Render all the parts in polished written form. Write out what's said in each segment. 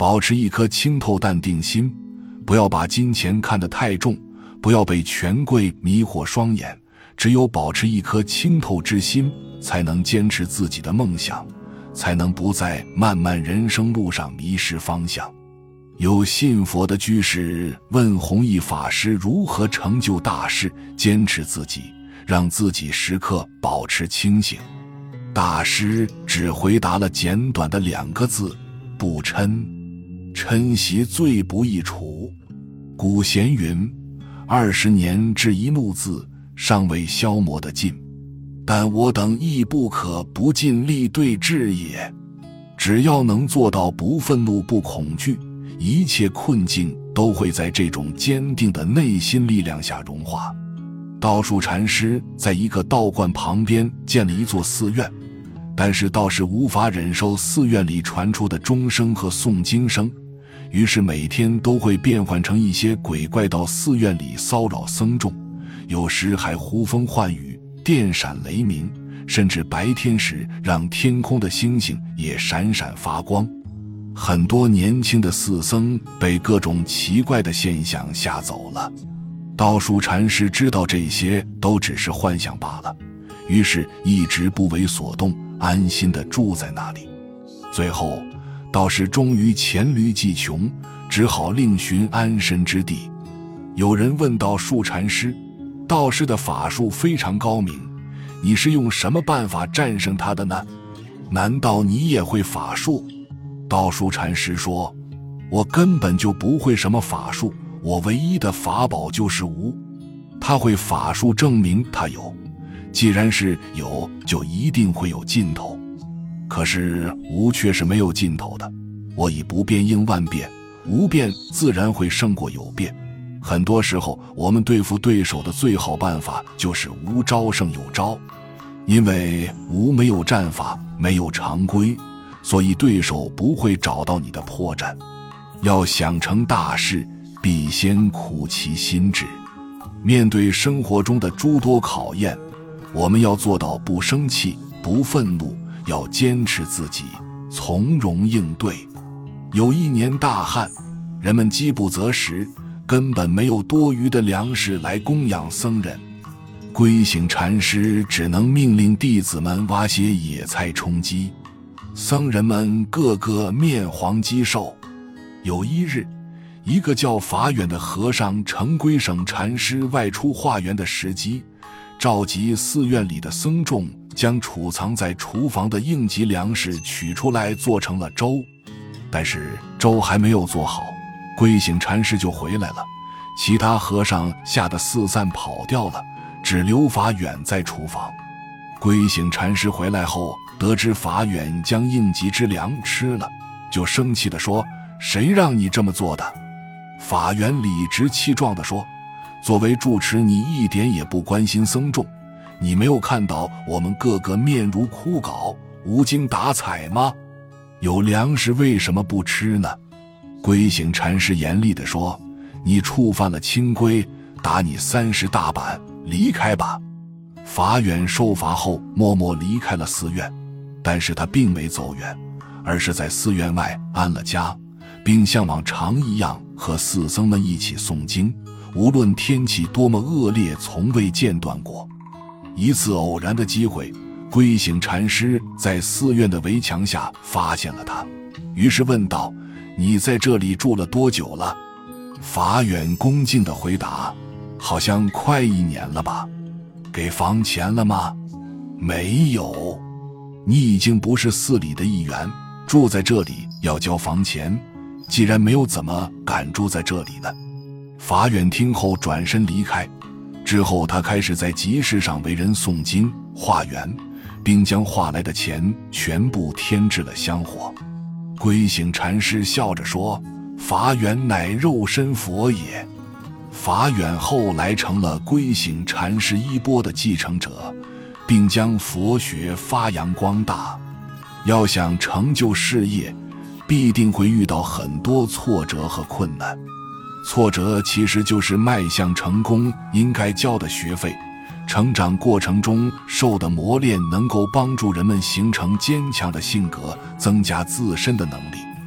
保持一颗清透淡定心，不要把金钱看得太重，不要被权贵迷惑双眼，只有保持一颗清透之心，才能坚持自己的梦想，才能不在漫漫人生路上迷失方向。有信佛的居士问弘一法师如何成就大事，坚持自己，让自己时刻保持清醒。大师只回答了简短的2个字：不嗔。嗔习最不易除。古贤云：20年至一怒字，尚未消磨得尽，但我等亦不可不尽力对治也。只要能做到不愤怒不恐惧，一切困境都会在这种坚定的内心力量下融化。道树禅师在一个道观旁边建了一座寺院，但是道士无法忍受寺院里传出的钟声和诵经声，于是每天都会变换成一些鬼怪到寺院里骚扰僧众，有时还呼风唤雨，电闪雷鸣，甚至白天时让天空的星星也闪闪发光。很多年轻的寺僧被各种奇怪的现象吓走了。道树禅师知道这些都只是幻想罢了，于是一直不为所动，安心地住在那里。最后道士终于黔驴技穷，只好另寻安身之地。有人问道树禅师，道士的法术非常高明，你是用什么办法战胜他的呢？难道你也会法术？道树禅师说，我根本就不会什么法术，我唯一的法宝就是无。他会法术证明他有，既然是有，就一定会有尽头。可是无却是没有尽头的，我以不变应万变，无变自然会胜过有变。很多时候我们对付对手的最好办法就是无招胜有招，因为无没有战法，没有常规，所以对手不会找到你的破绽。要想成大事，必先苦其心志。面对生活中的诸多考验，我们要做到不生气，不愤怒，要坚持自己，从容应对。有一年大旱，人们饥不择食，根本没有多余的粮食来供养僧人。龟行禅师只能命令弟子们挖些野菜充饥，僧人们个个面黄肌瘦。有一日，一个叫法远的和尚乘龟省禅师外出化缘的时机，召集寺院里的僧众，将储藏在厨房的应急粮食取出来做成了粥。但是粥还没有做好，龟行禅师就回来了，其他和尚吓得四散跑掉了，只留法远在厨房。龟行禅师回来后，得知法远将应急之粮吃了，就生气地说，谁让你这么做的？法远理直气壮地说，作为住持，你一点也不关心僧众，你没有看到我们个个面如枯槁，无精打采吗？有粮食为什么不吃呢？龟行禅师严厉地说，你触犯了清规，打你30大板，离开吧。法远受罚后默默离开了寺院，但是他并没走远，而是在寺院外安了家，并像往常一样和寺僧们一起诵经，无论天气多么恶劣，从未间断过。一次偶然的机会，龟行禅师在寺院的围墙下发现了他，于是问道，你在这里住了多久了？法远恭敬地回答，好像快1年了吧。给房钱了吗？没有。你已经不是寺里的一员，住在这里要交房钱，既然没有，怎么敢住在这里呢？法远听后转身离开，之后他开始在集市上为人诵经化缘，并将化来的钱全部添置了香火。龟行禅师笑着说，法远乃肉身佛也。法远后来成了龟行禅师衣钵的继承者，并将佛学发扬光大。要想成就事业，必定会遇到很多挫折和困难。挫折其实就是迈向成功应该交的学费，成长过程中受的磨练能够帮助人们形成坚强的性格，增加自身的能力。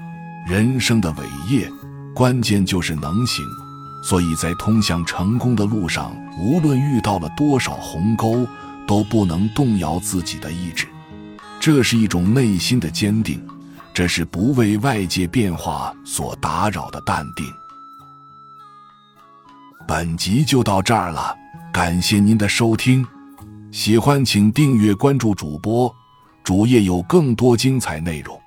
人生的伟业，关键就是能行。所以在通向成功的路上，无论遇到了多少鸿沟，都不能动摇自己的意志。这是一种内心的坚定，这是不为外界变化所打扰的淡定。本集就到这儿了，感谢您的收听。喜欢请订阅关注主播，主页有更多精彩内容。